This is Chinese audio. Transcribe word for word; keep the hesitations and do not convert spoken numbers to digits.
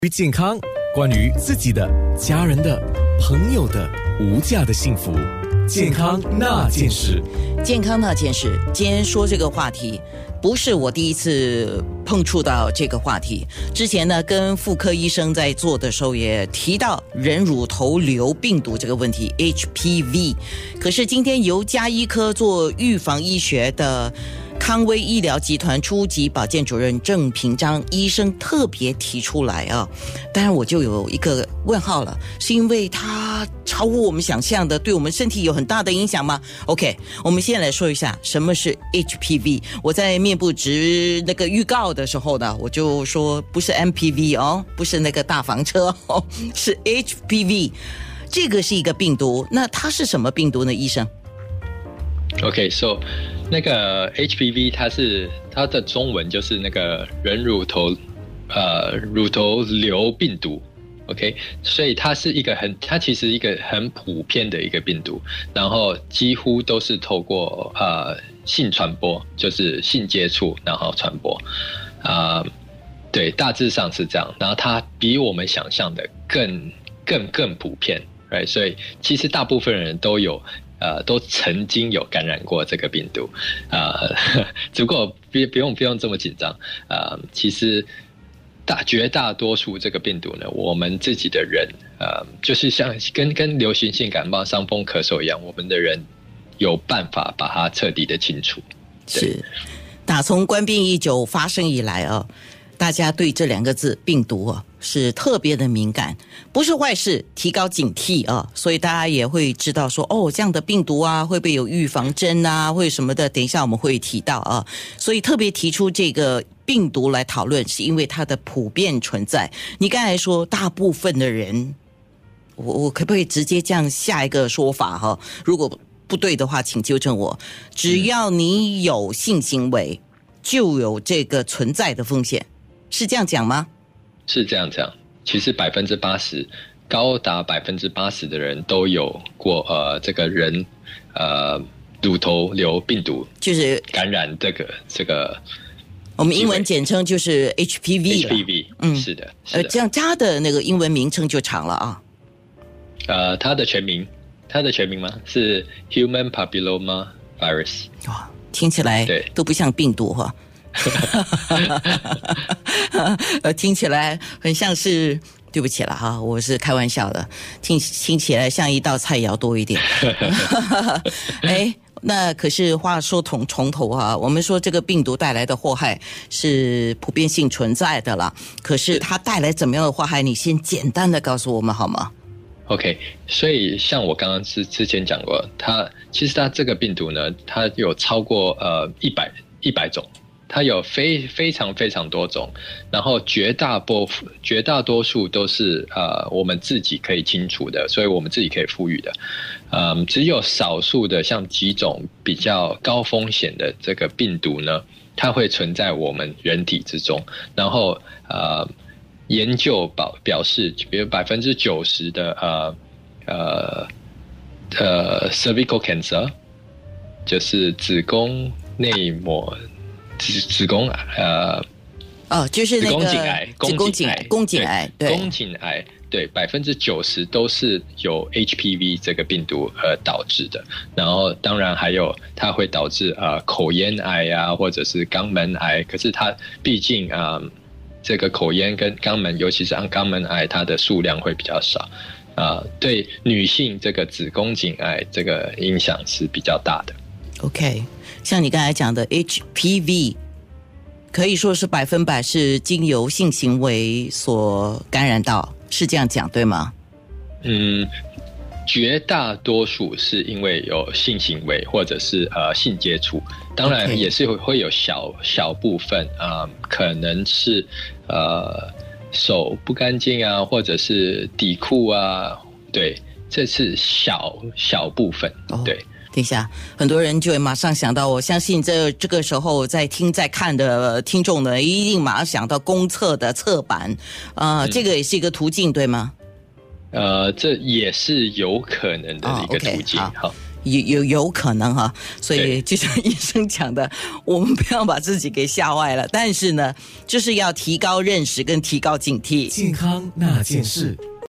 于健康，关于自己的、家人的、朋友的无价的幸福，健康那件事。 健康那件事，今天说这个话题，不是我第一次碰触到这个话题。之前呢，跟妇科医生在做的时候也提到人乳头瘤病毒这个问题 H P V。可是今天由家医科做预防医学的康威医疗集团初级保健主任郑平章医生特别提出来啊，当然我就有一个问号了，是因为它超乎我们想象的，对我们身体有很大的影响吗 ？OK， 我们先来说一下什么是 H P V。我在面部植那个预告的时候呢，我就说不是 M P V 哦，不是那个大房车哦，是 H P V， 这个是一个病毒。那它是什么病毒呢，医生 ？OK，so、okay, 那个 H P V 它是它的中文就是那个人乳头呃乳头瘤病毒 ，OK， 所以它是一个很它其实一个很普遍的一个病毒，然后几乎都是透过呃性传播，就是性接触然后传播，啊、呃，对，大致上是这样，然后它比我们想象的更更更普遍 ，right？ 所以其实大部分人都有。呃，都曾经有感染过这个病毒，呃，只不过不不用不用这么紧张，呃，其实大绝大多数这个病毒呢，我们自己的人，呃，就是像跟跟流行性感冒、伤风咳嗽一样，我们的人有办法把它彻底的清除。 是，打从冠病一九发生以来啊，大家对这两个字病毒啊是特别的敏感，不是坏事，提高警惕啊，所以大家也会知道说，哦，这样的病毒啊，会不会有预防针啊，或者什么的？等一下我们会提到啊，所以特别提出这个病毒来讨论，是因为它的普遍存在。你刚才说大部分的人，我我可不可以直接这样下一个说法哈？如果不对的话，请纠正我。只要你有性行为，就有这个存在的风险，是这样讲吗？ 是这样讲，其实百分之八十，高达百分之八十的人都有过呃这个人呃乳头瘤病毒，就是感染这个这个， 我们英文简称就是 H P V 了。 H P V， 嗯，是的，是的。 呃，这样加的那个英文名称就长了啊。 呃，它的全名，它的全名吗？是 Human Papilloma Virus。 哇，听起来都不像病毒哈。呃，听起来很像是，对不起了哈，我是开玩笑的，听听起来像一道菜肴多一点。哎，那可是话说从从头哈，我们说这个病毒带来的祸害是普遍性存在的啦，可是它带来怎么样的祸害，你先简单的告诉我们好吗？ OK， 所以像我刚刚之之前讲过，它其实它这个病毒呢，它有超过呃一百一百种。它有非非常非常多种，然后绝大部绝大多数都是呃我们自己可以清除的，所以我们自己可以复育的。嗯，只有少数的像几种比较高风险的这个病毒呢，它会存在我们人体之中。然后呃，研究表表示，比如百分之九十的呃呃呃 cervical cancer， 就是子宫内膜。子子宫呃哦，就是那个子宫颈癌， 子宫颈癌，宫颈癌，对， 宫颈癌，对，百分之九十都是由 H P V 这个病毒而导致的。然后当然还有它会导致呃口咽癌啊，或者是肛门癌。可是它毕竟啊、呃，这个口咽跟肛门，尤其是肛门癌，它的数量会比较少啊、呃，对女性这个子宫颈癌这个影响是比较大的。 OK。像你刚才讲的 H P V 可以说是百分百是经由性行为所感染到，是这样讲对吗？ 嗯，绝大多数是因为有性行为或者是呃性接触，当然也是会有小小部分啊、呃，可能是呃手不干净啊，或者是底裤啊，对，这是小小部分，对。Oh. 等一下，很多人就会马上想到，我相信这这个时候在听在看的听众呢，一定马上想到公厕的侧板，啊、呃嗯，这个也是一个途径，对吗？ 呃，这也是有可能的一个途径。 哦 okay, 好， 有有有可能哈，所以就像医生讲的，我们不要把自己给吓坏了，但是呢，就是要提高认识跟提高警惕。 健康那件事。